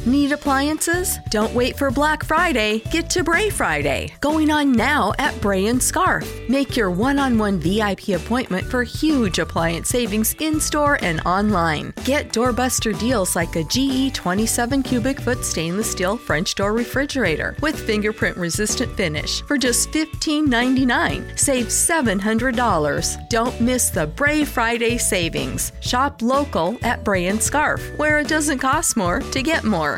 Need appliances? Don't wait for Black Friday. Get to Bray Friday, going on now at Bray & Scarf. Make your one-on-one VIP appointment for huge appliance savings in-store and online. Get doorbuster deals like a GE 27 cubic foot stainless steel French door refrigerator with fingerprint-resistant finish for just $15.99. Save $700. Don't miss the Bray Friday savings. Shop local at Bray & Scarf, where it doesn't cost more to get more.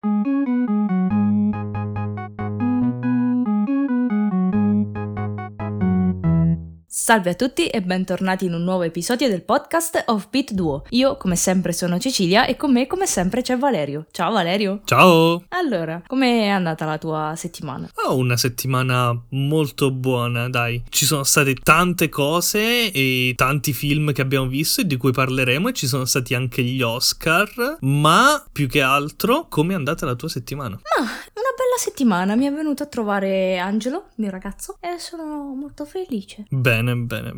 Salve a tutti e bentornati in un nuovo episodio del podcast Offbeat Duo. Io, come sempre, sono Cecilia e con me, come sempre, c'è Valerio. Ciao Valerio! Ciao! Allora, com'è andata la tua settimana? Una settimana molto buona, dai. Ci sono state tante cose e tanti film che abbiamo visto e di cui parleremo, e ci sono stati anche gli Oscar, ma più che altro, com'è andata la tua settimana? Una bella settimana, mi è venuto a trovare Angelo, mio ragazzo, e sono molto felice. Bene.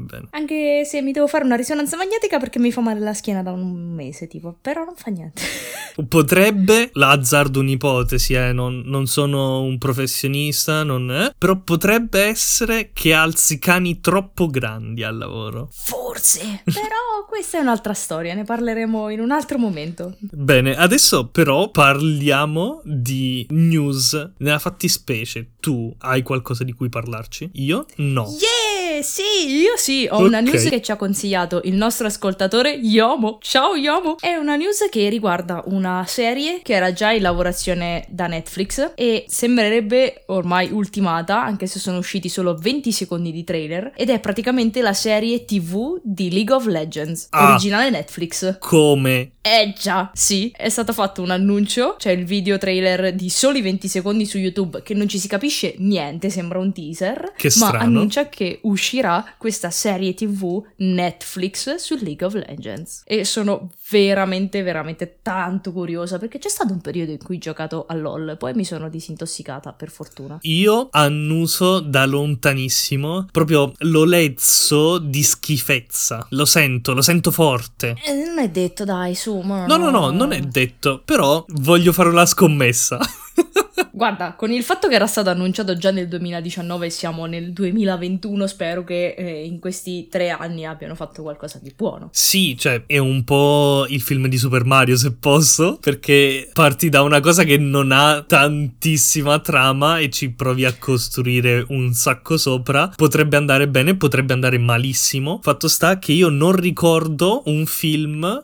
Anche se mi devo fare una risonanza magnetica perché mi fa male la schiena da un mese, tipo, però non fa niente. Potrebbe, l'azzardo un'ipotesi, non sono un professionista, però potrebbe essere che alzi cani troppo grandi al lavoro. Forse, però questa è un'altra storia, ne parleremo in un altro momento. Bene, adesso però parliamo di news. Nella fattispecie, tu hai qualcosa di cui parlarci? Io no. Yeah, sì, io sì, ho una news che ci ha consigliato il nostro ascoltatore Yomo. Ciao Yomo! È una news che riguarda una serie che era già in lavorazione da Netflix e sembrerebbe ormai ultimata, anche se sono usciti solo 20 secondi di trailer, ed è praticamente la serie TV di League of Legends, originale Netflix. Come? Già, sì, è stato fatto un annuncio, c'è il video trailer di soli 20 secondi su YouTube che non ci si capisce niente, sembra un teaser, che strano. Ma annuncia che uscirà questa serie TV Netflix su League of Legends e sono veramente tanto curiosa perché c'è stato un periodo in cui ho giocato a LOL, poi mi sono disintossicata per fortuna. Io annuso da lontanissimo, proprio l'olezzo di schifezza, lo sento forte. Non è detto, dai, su. No, non è detto, però voglio fare una scommessa. Guarda, con il fatto che era stato annunciato già nel 2019 e siamo nel 2021, spero che in questi 3 anni abbiano fatto qualcosa di buono. Sì, cioè è un po' il film di Super Mario, se posso, perché parti da una cosa che non ha tantissima trama e ci provi a costruire un sacco sopra. Potrebbe andare bene, potrebbe andare malissimo. Fatto sta che io non ricordo un film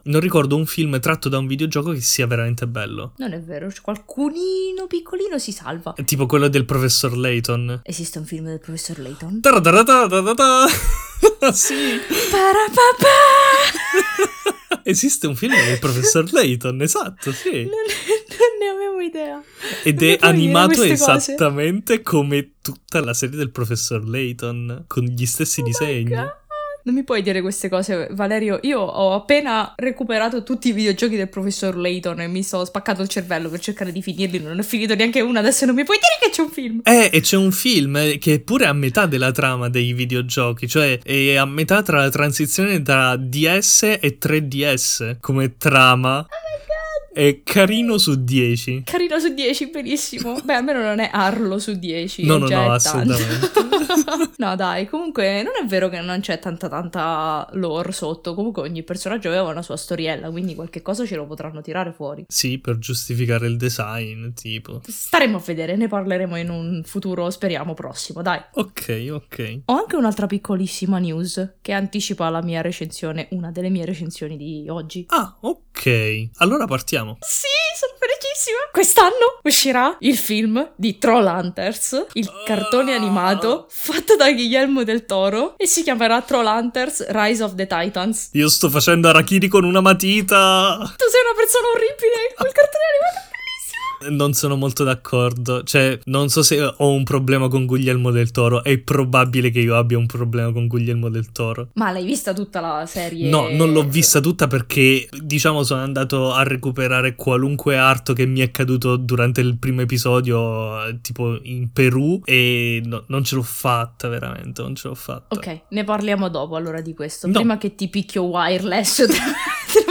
tratto da un videogioco che sia veramente bello. Non è vero, c'è qualcunino piccolino si salva. È tipo quello del professor Layton. Esiste un film del professor Layton? Sì. Esiste un film del professor Layton, esatto, sì. Non ne avevo idea. Ed è animato esattamente come tutta la serie del professor Layton, con gli stessi disegni. Non mi puoi dire queste cose, Valerio. Io ho appena recuperato tutti i videogiochi del professor Layton e mi sto spaccando il cervello per cercare di finirli. Non ho finito neanche uno, adesso non mi puoi dire che c'è un film. E c'è un film che è pure a metà della trama dei videogiochi, cioè è a metà tra la transizione tra DS e 3DS come trama. È carino su 10. Carino su 10, benissimo. Beh, almeno non è Arlo su 10. No, assolutamente. No, dai, comunque non è vero che non c'è tanta lore sotto. Comunque ogni personaggio aveva una sua storiella, quindi qualche cosa ce lo potranno tirare fuori. Sì, per giustificare il design, tipo. Staremo a vedere, ne parleremo in un futuro, speriamo, prossimo, dai. Ok. Ho anche un'altra piccolissima news che anticipa la mia recensione, una delle mie recensioni di oggi. Ok, allora partiamo. Sì, sono felicissima. Quest'anno uscirà il film di Trollhunters, il cartone animato fatto da Guillermo del Toro e si chiamerà Trollhunters Rise of the Titans. Io sto facendo arachidi con una matita. Tu sei una persona orribile, quel cartone animato. Non sono molto d'accordo, cioè non so se ho un problema con Guglielmo del Toro, è probabile che io abbia un problema con Guglielmo del Toro. Ma l'hai vista tutta la serie? No, non l'ho vista tutta perché, diciamo, sono andato a recuperare qualunque arto che mi è caduto durante il primo episodio, tipo in Perù, e non ce l'ho fatta, veramente, non ce l'ho fatta. Ok, ne parliamo dopo allora di questo, no. Prima che ti picchio wireless tra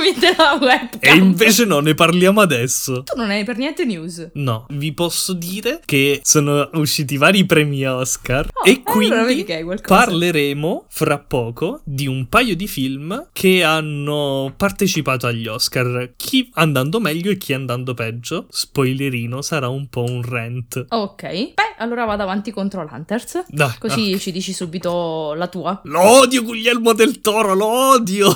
tramite la webcam. E invece no, ne parliamo adesso. Tu non hai per niente news. No, vi posso dire che sono usciti vari premi Oscar e allora vedi quindi che hai qualcosa. parleremo fra poco di un paio di film che hanno partecipato agli Oscar, chi andando meglio e chi andando peggio. Spoilerino, sarà un po' un rant. Ok, beh, allora vado avanti con Trollhunters. Dai, Così ok. ci dici subito la tua. Lo odio Guglielmo del Toro, lo odio.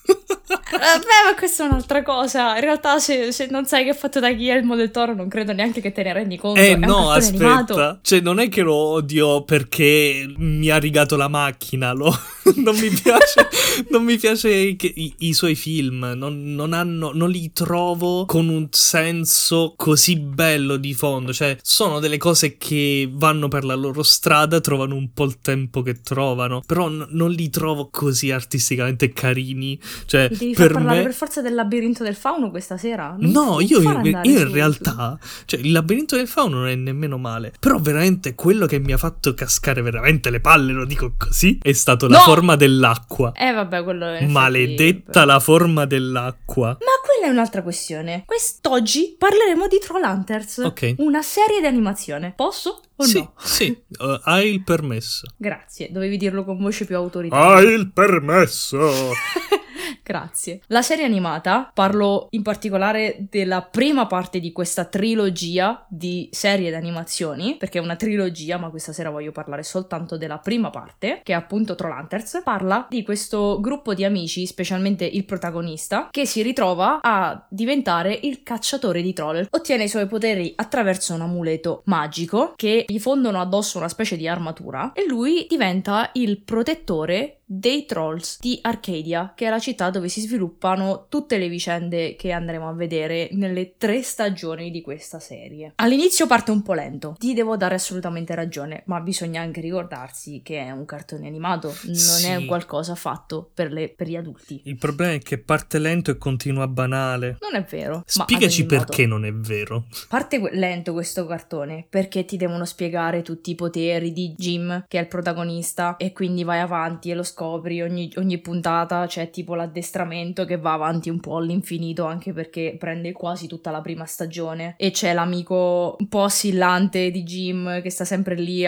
Beh, ma questa è un'altra cosa. In realtà, se non sai che è fatto da Guillermo del Toro, non credo neanche che te ne rendi conto. È un No, cartone aspetta. animato. Cioè, non è che lo odio perché mi ha rigato la macchina. Non mi piace. Non mi piace che i suoi film. Non li trovo con un senso così bello di fondo. Cioè, sono delle cose che vanno per la loro strada, trovano un po' il tempo che trovano. Però non li trovo così artisticamente carini. Cioè, Mi devi far per parlare me. per forza del labirinto del fauno questa sera? No, io andare in su- realtà, cioè il labirinto del fauno non è nemmeno male, però veramente quello che mi ha fatto cascare veramente le palle, lo dico così, è stato la No! forma dell'acqua. Vabbè, quello è in effetti- Maledetta la forma dell'acqua. Ma quella è un'altra questione. Quest'oggi parleremo di Trollhunters. Ok. Una serie di animazione. Posso o Sì, no? sì, hai il permesso. Grazie, dovevi dirlo con voce più autoritaria. Hai il permesso. Grazie. La serie animata, parlo in particolare della prima parte di questa trilogia di serie di animazioni, perché è una trilogia, ma questa sera voglio parlare soltanto della prima parte, che è appunto Trollhunters. Parla di questo gruppo di amici, specialmente il protagonista, che si ritrova a diventare il cacciatore di troll. Ottiene i suoi poteri attraverso un amuleto magico che gli fondono addosso una specie di armatura e lui diventa il protettore dei trolls di Arcadia, che è la città dove si sviluppano tutte le vicende che andremo a vedere nelle 3 stagioni di questa serie. All'inizio parte un po' lento, ti devo dare assolutamente ragione, ma bisogna anche ricordarsi che è un cartone animato, non Sì. è un qualcosa fatto per gli adulti. Il problema è che parte lento e continua banale. Non è vero. Ma Spiegaci ad ogni modo, perché non è vero. parte lento questo cartone perché ti devono spiegare tutti i poteri di Jim, che è il protagonista, e quindi vai avanti e lo scopri. Ogni puntata c'è tipo l'addestramento che va avanti un po' all'infinito, anche perché prende quasi tutta la prima stagione, e c'è l'amico un po' assillante di Jim che sta sempre lì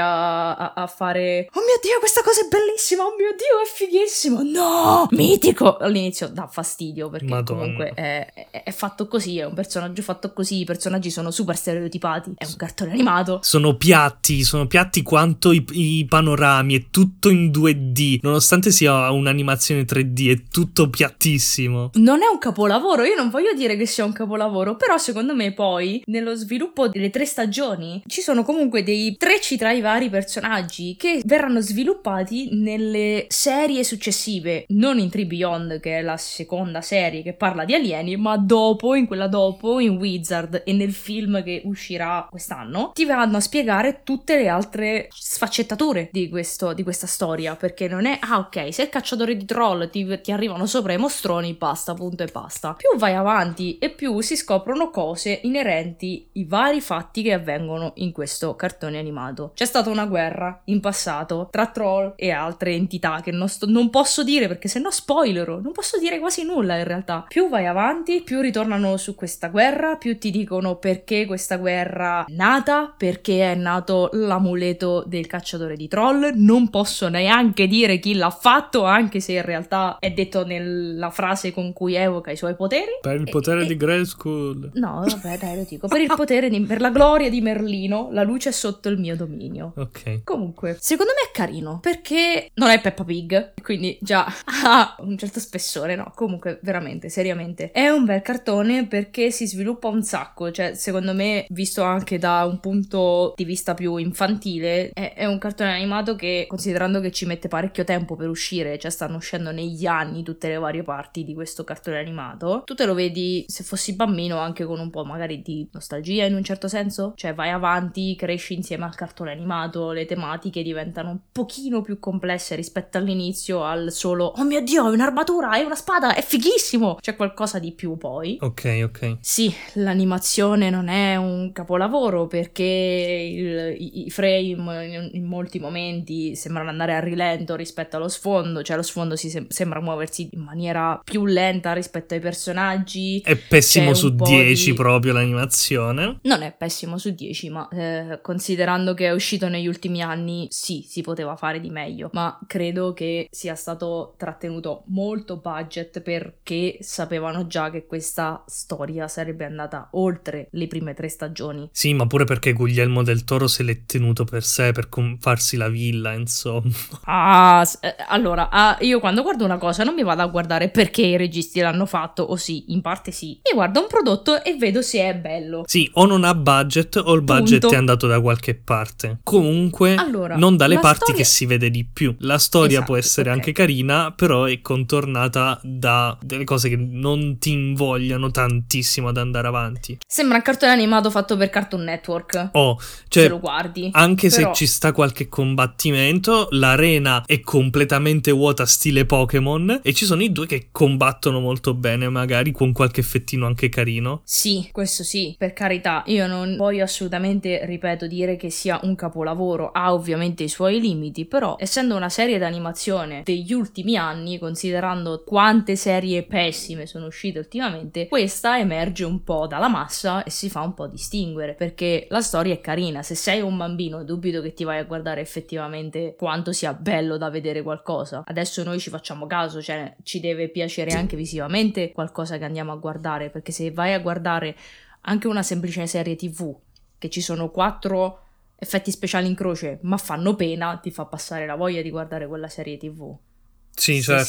a fare "Oh mio Dio, questa cosa è bellissima, oh mio Dio, è fighissimo, no, mitico". All'inizio dà fastidio perché Madonna. comunque è fatto così, è un personaggio fatto così, i personaggi sono super stereotipati, è un cartone animato. Sono piatti quanto i panorami, è tutto in 2D, nonostante sia un'animazione 3D, è tutto piattissimo. Non è un capolavoro, io non voglio dire che sia un capolavoro, però secondo me poi nello sviluppo delle 3 stagioni ci sono comunque dei trecci tra i vari personaggi che verranno sviluppati nelle serie successive, non in 3 Beyond, che è la seconda serie che parla di alieni, ma dopo, in quella dopo, in Wizard e nel film che uscirà quest'anno, ti vanno a spiegare tutte le altre sfaccettature di questa storia, perché non è ok, se il cacciatore di troll ti arrivano sopra i mostroni, basta, punto e basta. Più vai avanti e più si scoprono cose inerenti ai vari fatti che avvengono in questo cartone animato. C'è stata una guerra in passato tra troll e altre entità che non posso dire perché sennò spoilerò, non posso dire quasi nulla in realtà. Più vai avanti, più ritornano su questa guerra, più ti dicono perché questa guerra è nata, perché è nato l'amuleto del cacciatore di troll. Non posso neanche dire chi l'ha fatto, anche se in realtà è detto nella frase con cui evoca i suoi poteri. Per il potere di Grayskull. No, vabbè, dai, lo dico. Per la gloria di Merlino, la luce è sotto il mio dominio. Ok. Comunque, secondo me è carino, perché non è Peppa Pig, quindi già ha un certo spessore, no? Comunque, veramente, seriamente, è un bel cartone perché si sviluppa un sacco, cioè, secondo me, visto anche da un punto di vista più infantile, è un cartone animato che, considerando che ci mette parecchio tempo per uscire, cioè stanno uscendo negli anni tutte le varie parti di questo cartone animato, tu te lo vedi, se fossi bambino, anche con un po' magari di nostalgia in un certo senso, cioè vai avanti, cresci insieme al cartone animato, le tematiche diventano un pochino più complesse rispetto all'inizio, al solo "oh mio Dio, è un'armatura, è una spada, è fighissimo", c'è qualcosa di più poi. Ok. Sì, l'animazione non è un capolavoro perché i frame in molti momenti sembrano andare a rilento rispetto allo sfondo, cioè lo sfondo sembra muoversi in maniera più lenta rispetto ai personaggi. È pessimo C'è su un po' 10 di- proprio l'animazione. Non è pessimo su 10, ma considerando che è uscito negli ultimi anni, sì, si poteva fare di meglio, ma credo che sia stato trattenuto molto budget perché sapevano già che questa storia sarebbe andata oltre le prime 3 stagioni. Sì, ma pure perché Guglielmo del Toro se l'è tenuto per sé, per farsi la villa, insomma. Allora, io quando guardo una cosa non mi vado a guardare perché i registi l'hanno fatto, o sì, in parte sì. Mi guardo un prodotto e vedo se è bello. Sì, o non ha budget o il budget Punto. è andato da qualche parte. Comunque, Allora, non dalle la parti storia- che si vede di più. La storia Esatto, può essere ok. anche carina, però è contornata da delle cose che non ti invogliano tantissimo ad andare avanti. Sembra un cartone animato fatto per Cartoon Network. Oh, Se cioè, lo guardi. anche Però- se ci sta qualche combattimento, l'arena è completamente vuota stile Pokémon e ci sono i due che combattono molto bene, magari con qualche effettino anche carino. Sì, questo sì, per carità, io non voglio assolutamente, ripeto, dire che sia un capolavoro, ha ovviamente i suoi limiti, però essendo una serie d'animazione degli ultimi anni, considerando quante serie pessime sono uscite ultimamente, questa emerge un po' dalla massa e si fa un po' distinguere, perché la storia è carina, se sei un bambino dubito che ti vai a guardare effettivamente quanto sia bello da vedere qualcosa. Adesso noi ci facciamo caso, cioè ci deve piacere anche visivamente qualcosa che andiamo a guardare, perché se vai a guardare anche una semplice serie TV che ci sono 4 effetti speciali in croce ma fanno pena, ti fa passare la voglia di guardare quella serie TV. Sì, certo.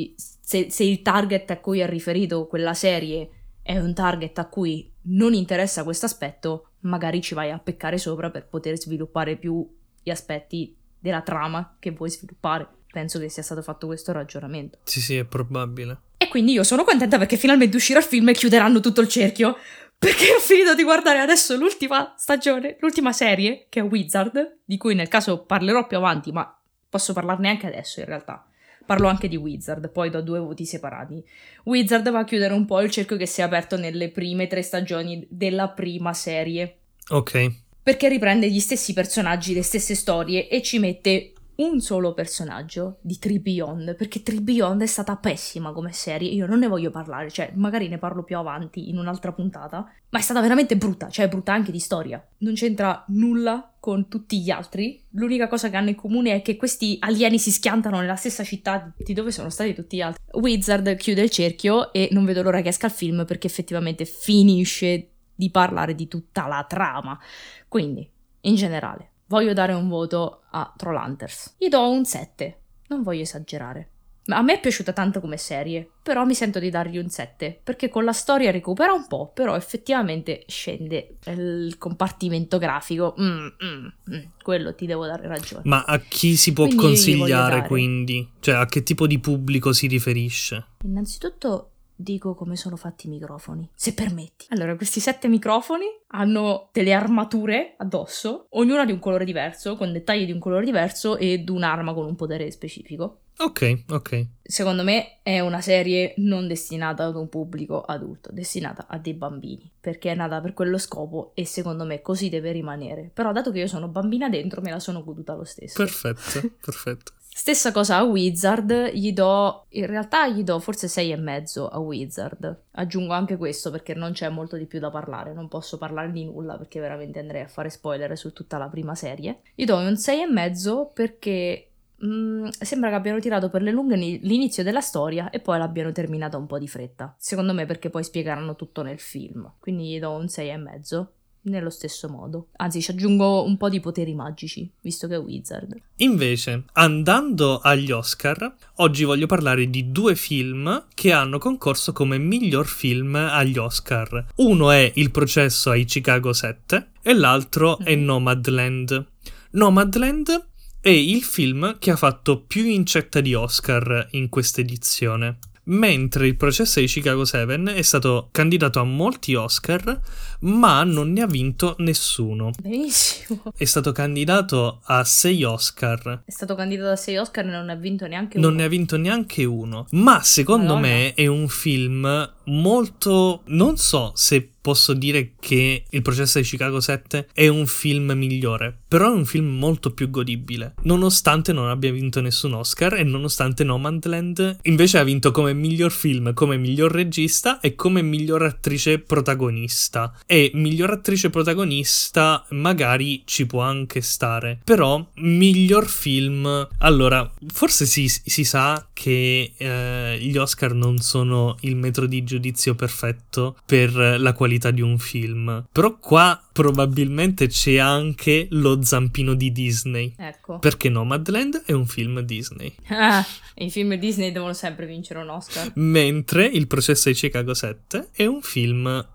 Se il target a cui è riferito quella serie è un target a cui non interessa questo aspetto, magari ci vai a peccare sopra per poter sviluppare più gli aspetti della trama che vuoi sviluppare. Penso che sia stato fatto questo ragionamento. Sì, è probabile. E quindi io sono contenta perché finalmente uscirà il film e chiuderanno tutto il cerchio. Perché ho finito di guardare adesso l'ultima stagione, l'ultima serie, che è Wizard, di cui nel caso parlerò più avanti, ma posso parlarne anche adesso in realtà. Parlo anche di Wizard, poi do 2 voti separati. Wizard va a chiudere un po' il cerchio che si è aperto nelle prime 3 stagioni della prima serie. Ok. Perché riprende gli stessi personaggi, le stesse storie e ci mette un solo personaggio di Tree Beyond, perché Tree Beyond è stata pessima come serie, io non ne voglio parlare, cioè magari ne parlo più avanti in un'altra puntata, ma è stata veramente brutta, cioè brutta anche di storia, non c'entra nulla con tutti gli altri, l'unica cosa che hanno in comune è che questi alieni si schiantano nella stessa città di dove sono stati tutti gli altri. Wizard chiude il cerchio e non vedo l'ora che esca il film perché effettivamente finisce di parlare di tutta la trama, quindi in generale voglio dare un voto a Trollhunters. Gli do un 7, non voglio esagerare. A me è piaciuta tanto come serie, però mi sento di dargli un 7, perché con la storia recupera un po', però effettivamente scende il compartimento grafico. Quello ti devo dare ragione. Ma a chi si può Quindi io gli voglio consigliare, dare. quindi? Cioè, a che tipo di pubblico si riferisce? Innanzitutto dico come sono fatti i microfoni, se permetti. Allora, questi 7 microfoni hanno delle armature addosso, ognuna di un colore diverso, con dettagli di un colore diverso ed un'arma con un potere specifico. Ok. Secondo me è una serie non destinata ad un pubblico adulto, destinata a dei bambini, perché è nata per quello scopo e secondo me così deve rimanere. Però dato che io sono bambina dentro, me la sono goduta lo stesso. Perfetto. Stessa cosa a Wizard, in realtà gli do forse 6,5 a Wizard. Aggiungo anche questo perché non c'è molto di più da parlare, non posso parlare di nulla perché veramente andrei a fare spoiler su tutta la prima serie. Gli do un 6,5 perché sembra che abbiano tirato per le lunghe l'inizio della storia e poi l'abbiano terminata un po' di fretta. Secondo me perché poi spiegheranno tutto nel film, quindi gli do un 6,5. Nello stesso modo. Anzi, ci aggiungo un po' di poteri magici, visto che è Wizard. Invece, andando agli Oscar, oggi voglio parlare di 2 film che hanno concorso come miglior film agli Oscar. Uno è Il processo ai Chicago 7 e l'altro è Nomadland. Nomadland è il film che ha fatto più incetta di Oscar in questa edizione. Mentre Il processo di Chicago 7 è stato candidato a molti Oscar, ma non ne ha vinto nessuno. Benissimo. È stato candidato a 6 Oscar. È stato candidato a 6 Oscar e non ne ha vinto neanche uno. Non ne ha vinto neanche uno. Ma secondo me è un film molto... Non so se posso dire che Il processo di Chicago 7 è un film migliore, però è un film molto più godibile, nonostante non abbia vinto nessun Oscar e nonostante Nomadland invece ha vinto come miglior film, come miglior regista e come miglior attrice protagonista. E miglior attrice protagonista magari ci può anche stare, però miglior film... Allora, forse si sa che gli Oscar non sono il metro di giudizio perfetto per la qualità di un film, però qua probabilmente c'è anche lo zampino di Disney. Ecco. Perché Nomadland è un film Disney. I film Disney devono sempre vincere un Oscar. Mentre Il processo di Chicago 7 è un film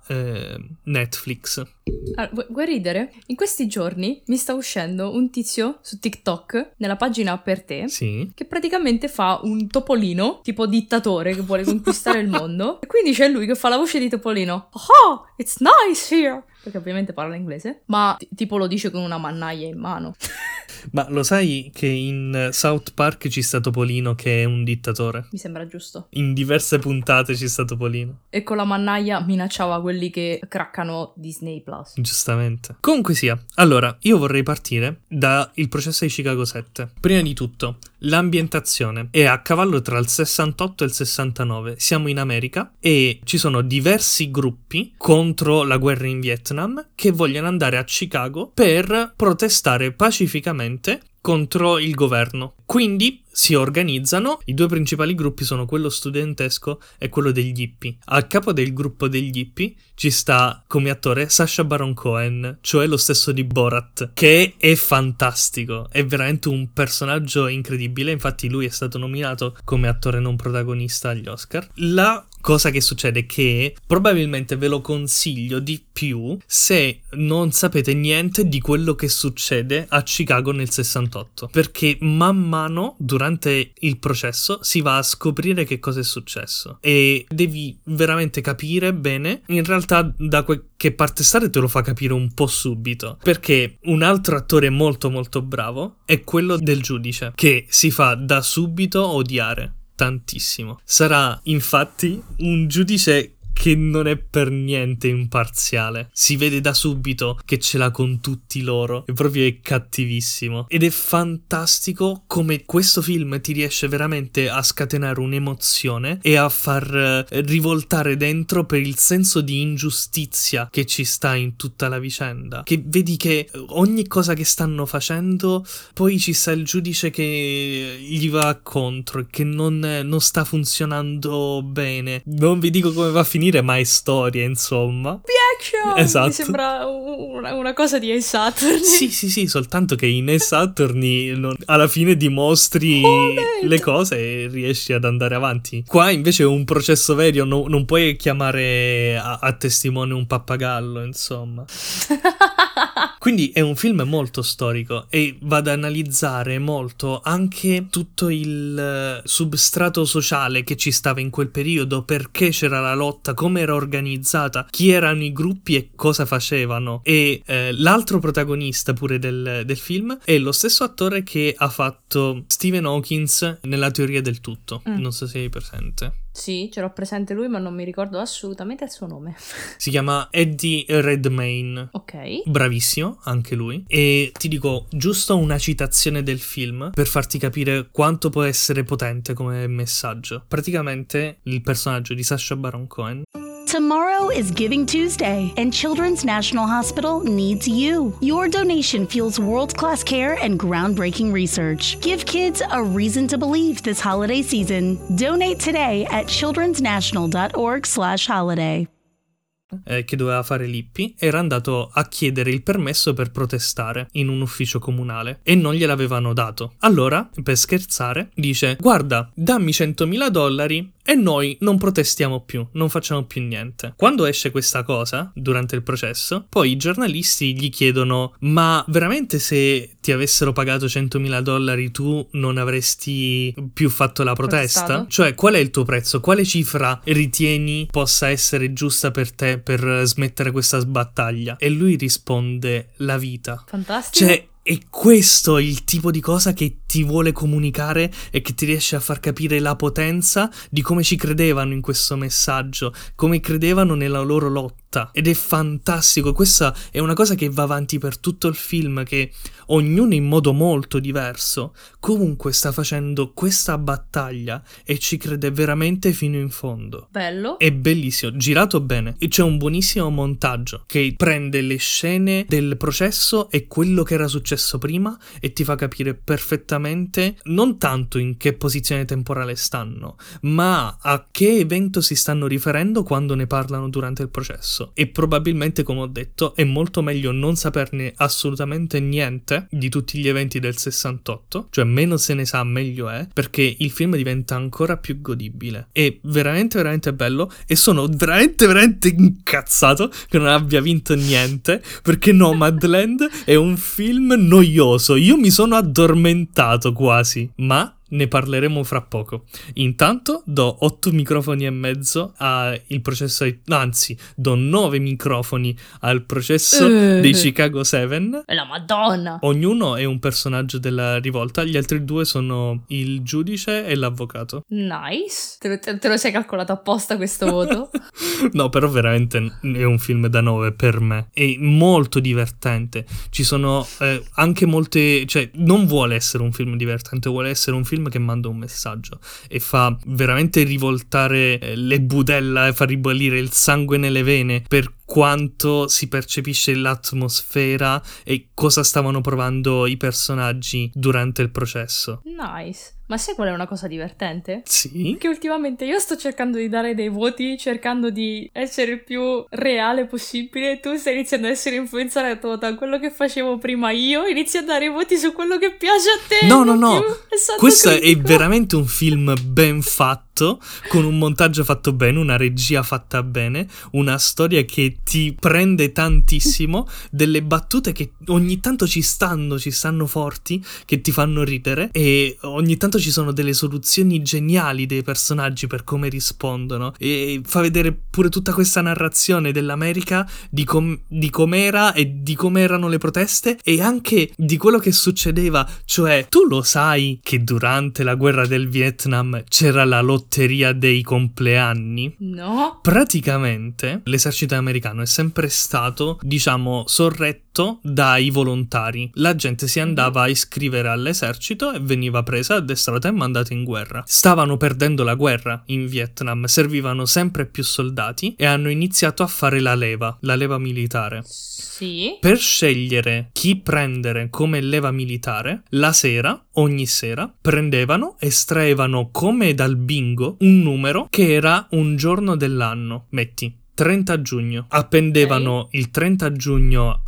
Netflix. Allora, vuoi ridere? In questi giorni mi sta uscendo un tizio su TikTok, nella pagina Per Te, Sì. che praticamente fa un topolino, tipo dittatore che vuole conquistare il mondo. E quindi c'è lui che fa la voce di topolino. Oh, it's nice here! Perché ovviamente parla inglese, ma tipo lo dice con una mannaia in mano. Ma lo sai che in South Park ci sta Topolino che è un dittatore? Mi sembra giusto. In diverse puntate ci sta Topolino. E con la mannaia minacciava quelli che craccano Disney Plus. Giustamente. Comunque sia, allora, io vorrei partire da Il processo di Chicago 7. Prima di tutto, l'ambientazione è a cavallo tra il 68 e il 69. Siamo in America e ci sono diversi gruppi contro la guerra in Vietnam che vogliono andare a Chicago per protestare pacificamente contro il governo. Quindi si organizzano, i due principali gruppi sono quello studentesco e quello degli hippie. A capo del gruppo degli hippie ci sta come attore Sacha Baron Cohen, cioè lo stesso di Borat, che è fantastico, è veramente un personaggio incredibile, infatti lui è stato nominato come attore non protagonista agli Oscar. La cosa che succede è che probabilmente ve lo consiglio di più se non sapete niente di quello che succede a Chicago nel 68, perché man mano durante il processo si va a scoprire che cosa è successo e devi veramente capire bene. In realtà da che parte stare te lo fa capire un po' subito, perché un altro attore molto molto bravo è quello del giudice, che si fa da subito odiare tantissimo. Sarà infatti un giudice che non è per niente imparziale. Si vede da subito che ce l'ha con tutti loro. E proprio è cattivissimo. Ed è fantastico come questo film ti riesce veramente a scatenare un'emozione e a far rivoltare dentro per il senso di ingiustizia che ci sta in tutta la vicenda. Che vedi che ogni cosa che stanno facendo, poi ci sta il giudice che gli va contro e che non sta funzionando bene. Non vi dico come va a finire, ma è storia, insomma. Action! Esatto. Mi sembra una cosa di Ace Attorney. Sì, soltanto che in Ace Attorney alla fine dimostri le cose e riesci ad andare avanti. Qua invece è un processo vero, non puoi chiamare a testimone un pappagallo, insomma. Quindi è un film molto storico e va ad analizzare molto anche tutto il substrato sociale che ci stava in quel periodo, perché c'era la lotta, come era organizzata, chi erano i gruppi e cosa facevano. E l'altro protagonista pure del film è lo stesso attore che ha fatto Stephen Hawking nella teoria del tutto. Non so se hai presente. Sì, ce l'ho presente lui, ma non mi ricordo assolutamente il suo nome. Si chiama Eddie Redmayne. Ok. Bravissimo, anche lui. E ti dico giusto una citazione del film per farti capire quanto può essere potente come messaggio. Praticamente il personaggio di Sacha Baron Cohen. Tomorrow is Giving Tuesday, and Children's National Hospital needs you. Your donation fuels world-class care and groundbreaking research. Give kids a reason to believe this holiday season. Donate today at childrensnational.org/holiday. Che doveva fare l'hippie, era andato a chiedere il permesso per protestare in un ufficio comunale e non gliel'avevano dato. Allora, per scherzare, dice: guarda, dammi $100,000 e noi non protestiamo più, non facciamo più niente. Quando esce questa cosa, durante il processo, poi i giornalisti gli chiedono: ma veramente se ti avessero pagato $100.000 tu non avresti più fatto la protesta? Protestato? Cioè, qual è il tuo prezzo? Quale cifra ritieni possa essere giusta per te per smettere questa battaglia? E lui risponde: la vita. Fantastico. Cioè, è questo il tipo di cosa che ti vuole comunicare e che ti riesce a far capire la potenza di come ci credevano in questo messaggio, come credevano nella loro lotta. Ed è fantastico. Questa è una cosa che va avanti per tutto il film, che ognuno in modo molto diverso comunque sta facendo questa battaglia e ci crede veramente fino in fondo. Bello. È bellissimo, girato bene, e c'è un buonissimo montaggio che prende le scene del processo e quello che era successo prima e ti fa capire perfettamente non tanto in che posizione temporale stanno, ma a che evento si stanno riferendo quando ne parlano durante il processo. E probabilmente, come ho detto, è molto meglio non saperne assolutamente niente di tutti gli eventi del 68, cioè meno se ne sa meglio è, perché il film diventa ancora più godibile. È veramente veramente bello e sono veramente incazzato che non abbia vinto niente, perché Nomadland è un film noioso. Io mi sono addormentato quasi, ma ne parleremo fra poco. Intanto do 8 microfoni e mezzo al processo, anzi do 9 microfoni al processo dei Chicago 7. La Madonna. Ognuno è un personaggio della rivolta, gli altri due sono il giudice e l'avvocato. Nice. Te lo sei calcolato apposta questo voto? No, però veramente è un film da 9 per me. È molto divertente. Ci sono anche molte... Cioè, non vuole essere un film divertente, vuole essere un film che manda un messaggio e fa veramente rivoltare le budella e fa ribollire il sangue nelle vene per quanto si percepisce l'atmosfera e cosa stavano provando i personaggi durante il processo. Nice. Ma sai qual è una cosa divertente? Sì? Che ultimamente io sto cercando di dare dei voti, cercando di essere il più reale possibile, e tu stai iniziando ad essere influenzato da quello che facevo prima io, inizi a dare i voti su quello che piace a te. No. Questo critico. è veramente un film ben fatto, con un montaggio fatto bene, una regia fatta bene, una storia che ti prende tantissimo, delle battute che ogni tanto ci stanno forti, che ti fanno ridere, e ogni tanto ci sono delle soluzioni geniali dei personaggi per come rispondono, e fa vedere pure tutta questa narrazione dell'America, di com'era e di come erano le proteste e anche di quello che succedeva. Cioè, tu lo sai che durante la guerra del Vietnam c'era la lotteria dei compleanni? No. Praticamente l'esercito americano è sempre stato, diciamo, sorretto dai volontari. La gente si andava a iscrivere all'esercito e veniva presa, addestrata e mandata in guerra. Stavano perdendo la guerra in Vietnam, servivano sempre più soldati e hanno iniziato a fare la leva militare. Sì. Per scegliere chi prendere come leva militare, la sera, ogni sera, prendevano, estraevano come dal bingo un numero che era un giorno dell'anno. Metti 30 giugno. Appendevano il 30 giugno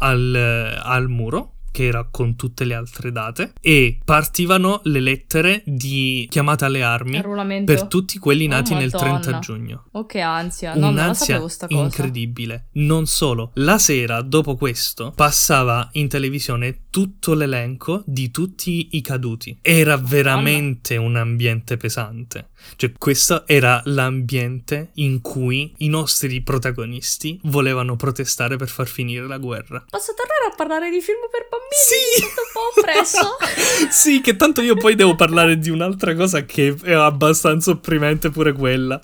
al muro, che era con tutte le altre date, e partivano le lettere di chiamata alle armi Arruolamento. per tutti quelli nati nel Madonna. 30 giugno. Oh, che ansia. No, non la Un'ansia sapevo sta cosa. incredibile. Non solo, la sera dopo questo passava in televisione tutto l'elenco di tutti i caduti. Era veramente un ambiente pesante. Cioè, questo era l'ambiente in cui i nostri protagonisti volevano protestare per far finire la guerra. Posso tornare a parlare di film per bambini? Sì! Mi sento un po' oppresso. Sì, che tanto io poi devo parlare di un'altra cosa che è abbastanza opprimente pure quella.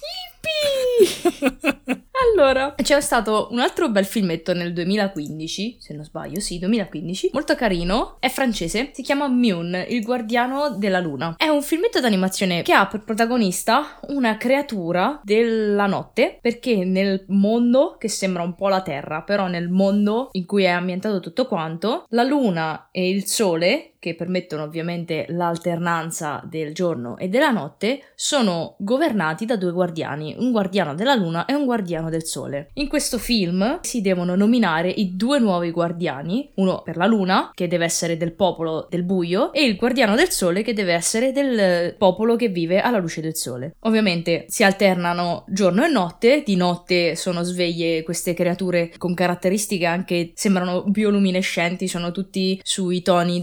Yippee! Allora, c'è stato un altro bel filmetto nel 2015, se non sbaglio, sì, 2015, molto carino, è francese, si chiama Mune, il guardiano della luna. È un filmetto d'animazione che ha per protagonista una creatura della notte, perché nel mondo, che sembra un po' la Terra, però nel mondo in cui è ambientato tutto quanto, la luna e il sole, che che permettono ovviamente l'alternanza del giorno e della notte, sono governati da 2 guardiani, un guardiano della luna e un guardiano del sole. In questo film si devono nominare i 2 nuovi guardiani, uno per la luna, che deve essere del popolo del buio, e il guardiano del sole, che deve essere del popolo che vive alla luce del sole. Ovviamente si alternano giorno e notte, di notte sono sveglie queste creature con caratteristiche anche, sembrano bioluminescenti, sono tutti sui toni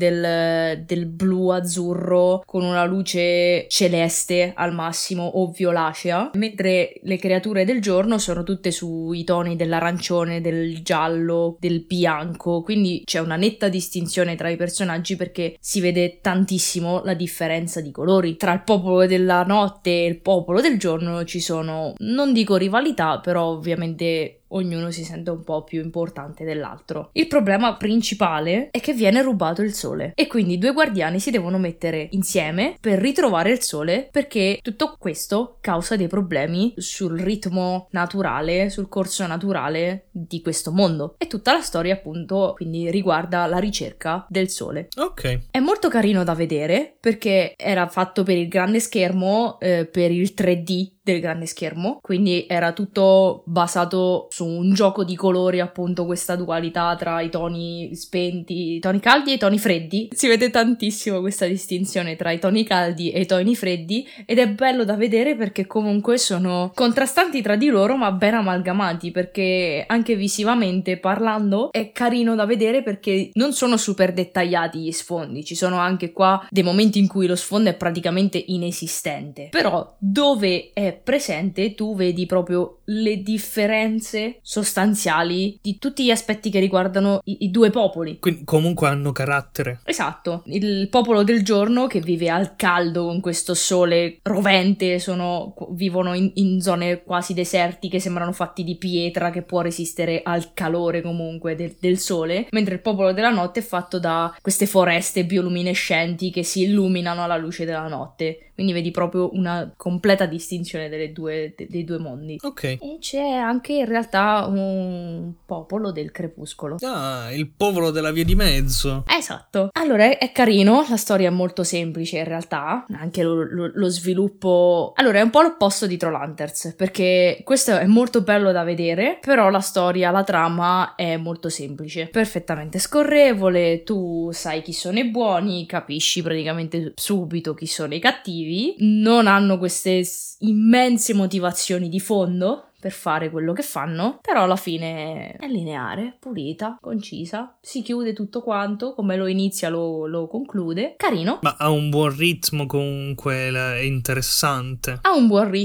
del blu azzurro con una luce celeste al massimo o violacea, mentre le creature del giorno sono tutte sui toni dell'arancione, del giallo, del bianco, quindi c'è una netta distinzione tra i personaggi perché si vede tantissimo la differenza di colori. Tra il popolo della notte e il popolo del giorno ci sono, non dico rivalità, però ovviamente ognuno si sente un po' più importante dell'altro. Il problema principale è che viene rubato il sole e quindi i 2 guardiani si devono mettere insieme per ritrovare il sole, perché tutto questo causa dei problemi sul ritmo naturale, sul corso naturale di questo mondo. E tutta la storia appunto quindi riguarda la ricerca del sole. Ok. È molto carino da vedere perché era fatto per il grande schermo, per il 3D del grande schermo, quindi era tutto basato su un gioco di colori, appunto questa dualità tra i toni spenti, i toni caldi e i toni freddi. Si vede tantissimo questa distinzione tra i toni caldi e i toni freddi ed è bello da vedere perché comunque sono contrastanti tra di loro ma ben amalgamati, perché anche visivamente parlando è carino da vedere perché non sono super dettagliati gli sfondi, ci sono anche qua dei momenti in cui lo sfondo è praticamente inesistente, però dove è presente tu vedi proprio le differenze sostanziali di tutti gli aspetti che riguardano i 2 popoli. Quindi comunque hanno carattere. Esatto, il popolo del giorno che vive al caldo con questo sole rovente, vivono in zone quasi desertiche, sembrano fatti di pietra che può resistere al calore comunque del sole, mentre il popolo della notte è fatto da queste foreste bioluminescenti che si illuminano alla luce della notte. Quindi vedi proprio una completa distinzione dei due mondi. Ok. E c'è anche in realtà un popolo del crepuscolo. Ah, il popolo della via di mezzo. Esatto. Allora è carino, la storia è molto semplice in realtà, anche lo sviluppo. Allora è un po' l'opposto di Trollhunters, perché questo è molto bello da vedere, però la storia, la trama è molto semplice, perfettamente scorrevole, tu sai chi sono i buoni, capisci praticamente subito chi sono i cattivi, non hanno queste immense motivazioni di fondo per fare quello che fanno, però alla fine è lineare, pulita, concisa, si chiude tutto quanto, come lo inizia lo conclude, carino. Ma ha un buon ritmo comunque, è interessante. Ha un buon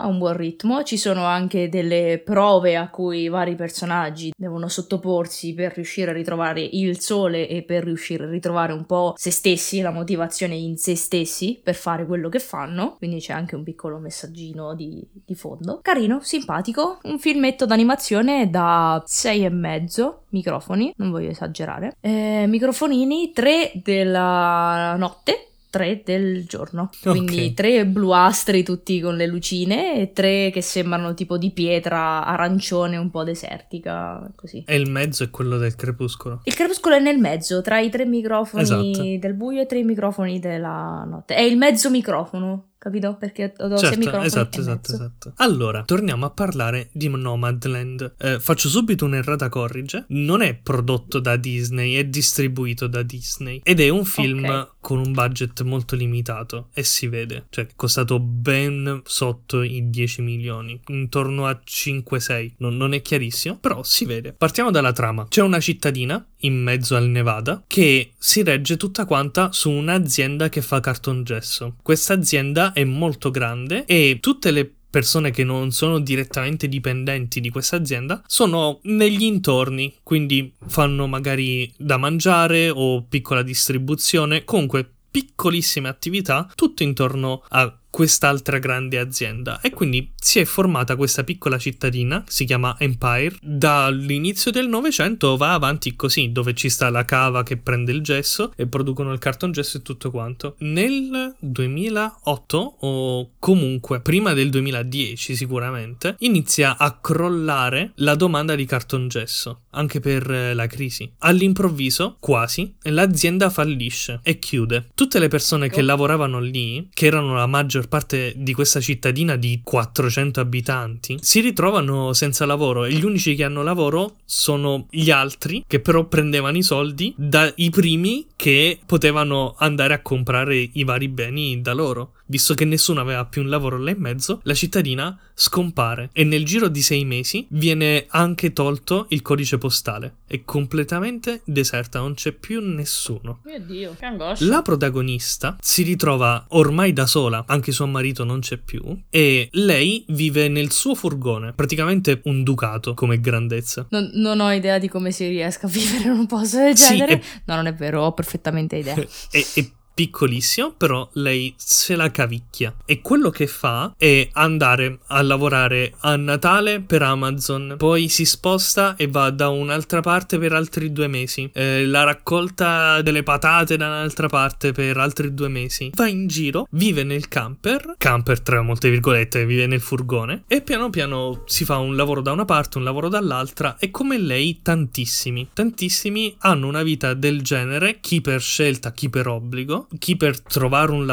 ritmo, ci sono anche delle prove a cui i vari personaggi devono sottoporsi per riuscire a ritrovare il sole e per riuscire a ritrovare un po' se stessi, la motivazione in se stessi per fare quello che fanno, quindi c'è anche un piccolo messaggino di fondo. Carino, simpatico. Un filmetto d'animazione da 6,5 microfoni, non voglio esagerare, microfonini, 3 della notte, 3 del giorno, quindi Okay. 3 bluastri tutti con le lucine e 3 che sembrano tipo di pietra arancione un po' desertica, così. E il mezzo è quello del crepuscolo. Il crepuscolo è nel mezzo, tra i 3 microfoni Esatto. del buio e 3 microfoni della notte. È il mezzo microfono, capito? Perché ho 6 microfoni Esatto. Allora, torniamo a parlare di Nomadland. Faccio subito un'errata corrige. Non è prodotto da Disney, è distribuito da Disney. Ed è un film Ok. con un budget molto limitato. E si vede. Cioè, è costato ben sotto i 10 milioni. Intorno a 5-6. Non è chiarissimo, però si vede. Partiamo dalla trama. C'è una cittadina in mezzo al Nevada che si regge tutta quanta su un'azienda che fa cartongesso. Questa azienda è molto grande e tutte le persone che non sono direttamente dipendenti di questa azienda sono negli intorni, quindi fanno magari da mangiare o piccola distribuzione, comunque piccolissime attività tutto intorno a quest'altra grande azienda, e quindi si è formata questa piccola cittadina, si chiama Empire. Dall'inizio del Novecento va avanti così, dove ci sta la cava che prende il gesso e producono il cartongesso e tutto quanto. Nel 2008, o comunque prima del 2010 sicuramente, inizia a crollare la domanda di cartongesso, anche per la crisi. All'improvviso, quasi, l'azienda fallisce e chiude. Tutte le persone che lavoravano lì, che erano la maggior parte di questa cittadina di 400 abitanti, si ritrovano senza lavoro, e gli unici che hanno lavoro sono gli altri, che però prendevano i soldi dai primi che potevano andare a comprare i vari beni da loro. Visto che nessuno aveva più un lavoro là in mezzo, la cittadina scompare e nel giro di 6 mesi viene anche tolto il codice postale. È completamente deserta, non c'è più nessuno. Mio Dio, che angoscia. La protagonista si ritrova ormai da sola, anche suo marito non c'è più, e lei vive nel suo furgone, praticamente un ducato come grandezza. Non ho idea di come si riesca a vivere in un posto del genere. No, non è vero, ho perfettamente idea. È piccolissimo, però lei se la cavicchia, e quello che fa è andare a lavorare a Natale per Amazon, poi si sposta e va da un'altra parte per altri 2 mesi, la raccolta delle patate da un'altra parte per altri 2 mesi, va in giro, vive nel camper tra molte virgolette, vive nel furgone, e piano piano si fa un lavoro da una parte, un lavoro dall'altra, e come lei tantissimi hanno una vita del genere, chi per scelta, chi per obbligo, chi per trovare un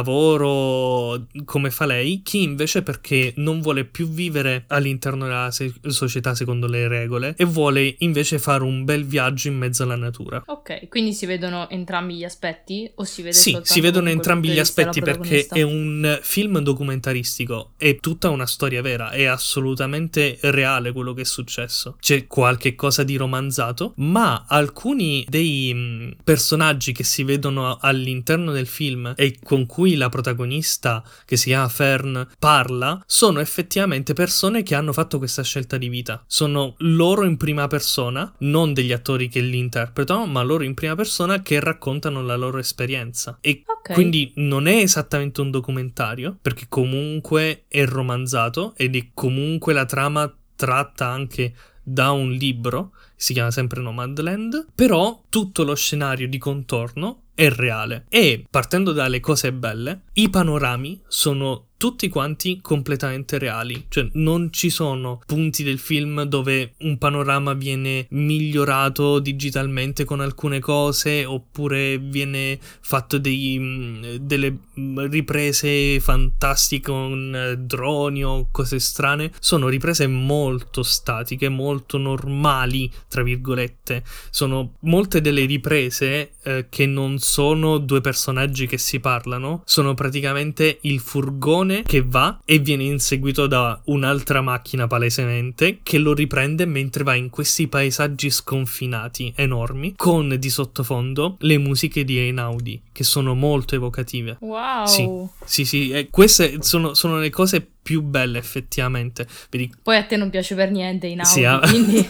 lavoro come fa lei, chi invece perché non vuole più vivere all'interno della società secondo le regole e vuole invece fare un bel viaggio in mezzo alla natura. Ok, quindi si vedono entrambi gli aspetti, o si vede soltanto si vedono entrambi gli aspetti, della perché è un film documentaristico, è tutta una storia vera, è assolutamente reale quello che è successo. C'è qualche cosa di romanzato, ma alcuni dei personaggi che si vedono all'interno del film e con cui la protagonista, che si chiama Fern, parla, sono effettivamente persone che hanno fatto questa scelta di vita. Sono loro in prima persona, non degli attori che li interpretano, ma loro in prima persona che raccontano la loro esperienza. E quindi non è esattamente un documentario, perché comunque è romanzato ed è comunque la trama tratta anche da un libro, si chiama sempre Nomadland, però tutto lo scenario di contorno è reale. E partendo dalle cose belle, i panorami sono tutti quanti completamente reali, cioè non ci sono punti del film dove un panorama viene migliorato digitalmente con alcune cose, oppure viene fatto delle riprese fantastiche con droni o cose strane. Sono riprese molto statiche, molto normali tra virgolette. Sono molte delle riprese che non sono 2 personaggi che si parlano, sono praticamente il furgone che va e viene inseguito da un'altra macchina palesemente che lo riprende mentre va in questi paesaggi sconfinati enormi, con di sottofondo le musiche di Einaudi che sono molto evocative. Wow. Sì, queste sono le cose più belle effettivamente. Vedi? Poi a te non piace per niente Einaudi, sì, quindi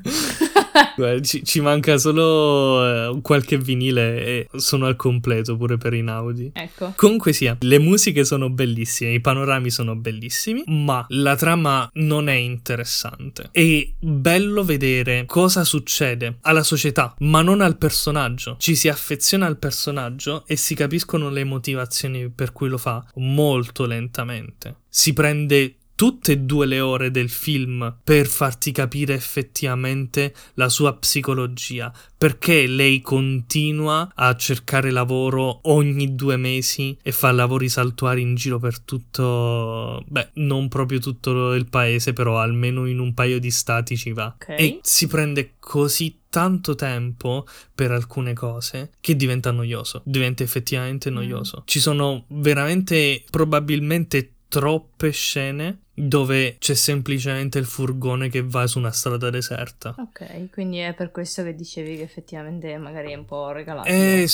ci manca solo qualche vinile e sono al completo pure per Einaudi. Ecco. Comunque sia, le musiche sono bellissime, i panorami sono bellissimi, ma la trama non è interessante. È bello vedere cosa succede alla società, ma non al personaggio. Ci si affeziona al personaggio e si capiscono le motivazioni per cui lo fa molto lentamente. Si prende tutte e 2 le ore del film per farti capire effettivamente la sua psicologia, perché lei continua a cercare lavoro ogni 2 mesi e fa lavori saltuari in giro per tutto, non proprio tutto il paese, però almeno in un paio di stati ci va. Okay. E si prende così tanto tempo per alcune cose che diventa noioso, diventa effettivamente noioso. Ci sono veramente probabilmente troppe scene dove c'è semplicemente il furgone che va su una strada deserta. Ok, quindi è per questo che dicevi che effettivamente magari è un po' regalato.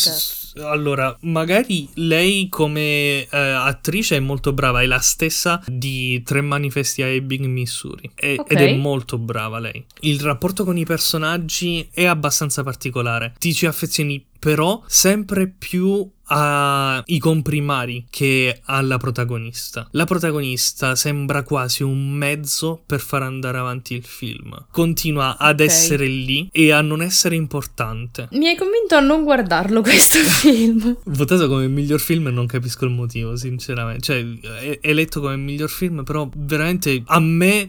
Allora, magari lei come attrice è molto brava, è la stessa di 3 manifesti a Ebbing, Missouri, ed è molto brava lei. Il rapporto con i personaggi è abbastanza particolare, ti ci affezioni però sempre più ai comprimari che alla protagonista. La protagonista sembra quasi un mezzo per far andare avanti il film. Continua ad essere lì e a non essere importante. Mi hai convinto a non guardarlo questo film. Votato come miglior film e non capisco il motivo, sinceramente. Cioè, è letto come miglior film, però veramente a me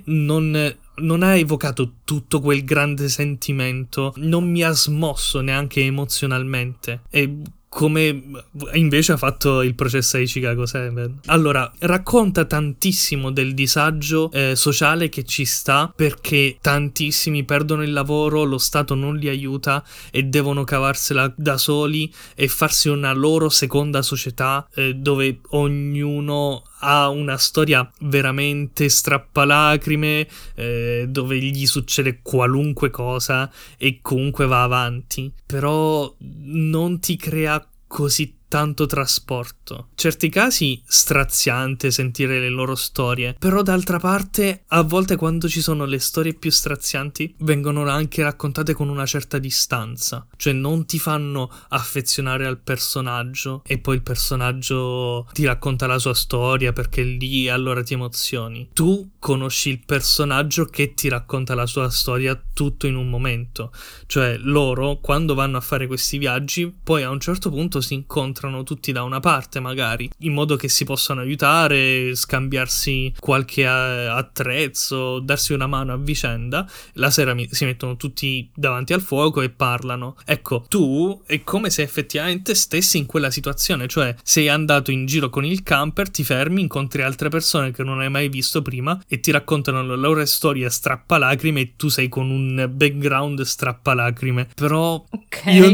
non ha evocato tutto quel grande sentimento, non mi ha smosso neanche emozionalmente. E come invece ha fatto Il processo di Chicago 7. Allora, racconta tantissimo del disagio sociale che ci sta, perché tantissimi perdono il lavoro, lo Stato non li aiuta e devono cavarsela da soli e farsi una loro seconda società dove ognuno ha una storia veramente strappalacrime, dove gli succede qualunque cosa e comunque va avanti, però non ti crea così tanto trasporto. Certi casi straziante sentire le loro storie, però d'altra parte a volte quando ci sono le storie più strazianti vengono anche raccontate con una certa distanza, cioè non ti fanno affezionare al personaggio e poi il personaggio ti racconta la sua storia perché lì allora ti emozioni. Tu conosci il personaggio che ti racconta la sua storia tutto in un momento, cioè loro quando vanno a fare questi viaggi poi a un certo punto si incontrano tutti da una parte magari, in modo che si possano aiutare, scambiarsi qualche attrezzo, darsi una mano a vicenda. La sera si mettono tutti davanti al fuoco e parlano. Ecco, tu è come se effettivamente stessi in quella situazione, cioè sei andato in giro con il camper, ti fermi, incontri altre persone che non hai mai visto prima e ti raccontano la loro storia strappalacrime e tu sei con un background strappalacrime. Però io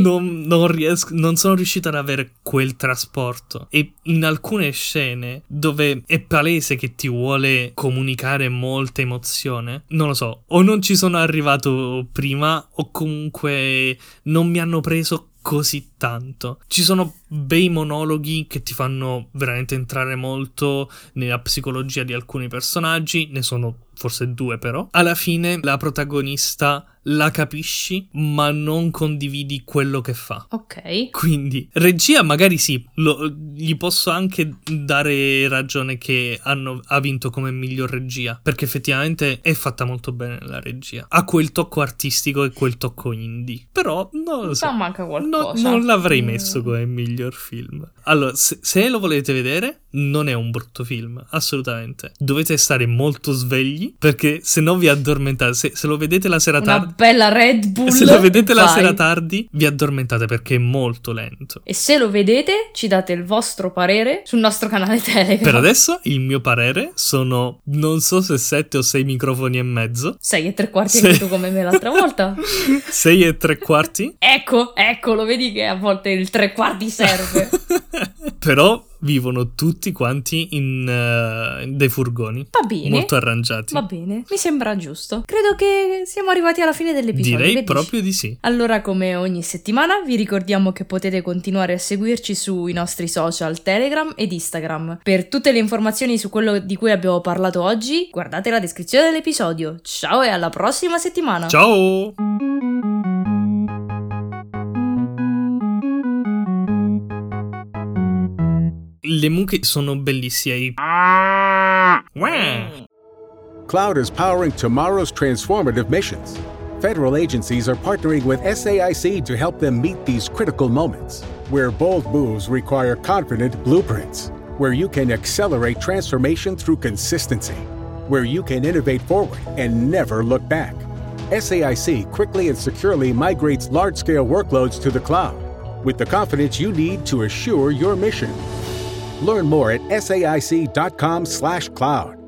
non sono riuscito ad avere quel trasporto, e in alcune scene dove è palese che ti vuole comunicare molta emozione, non lo so, o non ci sono arrivato prima o comunque non mi hanno preso così tanto. Ci sono bei monologhi che ti fanno veramente entrare molto nella psicologia di alcuni personaggi, ne sono forse 2 però. Alla fine la protagonista la capisci ma non condividi quello che fa. Ok. Quindi regia magari sì, gli posso anche dare ragione che ha vinto come miglior regia, perché effettivamente è fatta molto bene la regia, ha quel tocco artistico e quel tocco indie, però non lo so, manca qualcosa. Non l'avrei messo come miglior film. Allora, se lo volete vedere, non è un brutto film, assolutamente. Dovete stare molto svegli, perché se no vi addormentate. Se lo vedete la sera tardi, una bella Red Bull, se lo vedete la sera tardi vi addormentate perché è molto lento. E se lo vedete ci date il vostro parere sul nostro canale Telegram. Per adesso il mio parere sono non so se 7 o 6 microfoni e mezzo. 6 3/4 anche tu come me l'altra volta. 6 3/4. Ecco, lo vedi che a volte il 3/4 serve. Però vivono tutti quanti in dei furgoni. Va bene. Molto arrangiati. Va bene, mi sembra giusto. Credo che siamo arrivati alla fine dell'episodio. Direi proprio di sì. Allora, come ogni settimana, vi ricordiamo che potete continuare a seguirci sui nostri social Telegram ed Instagram. Per tutte le informazioni su quello di cui abbiamo parlato oggi, guardate la descrizione dell'episodio. Ciao e alla prossima settimana. Ciao! Le mucche sono bellissime. Cloud is powering tomorrow's transformative missions. Federal agencies are partnering with SAIC to help them meet these critical moments, where bold moves require confident blueprints, where you can accelerate transformation through consistency, where you can innovate forward and never look back. SAIC quickly and securely migrates large-scale workloads to the cloud with the confidence you need to assure your mission. Learn more at SAIC.com/cloud.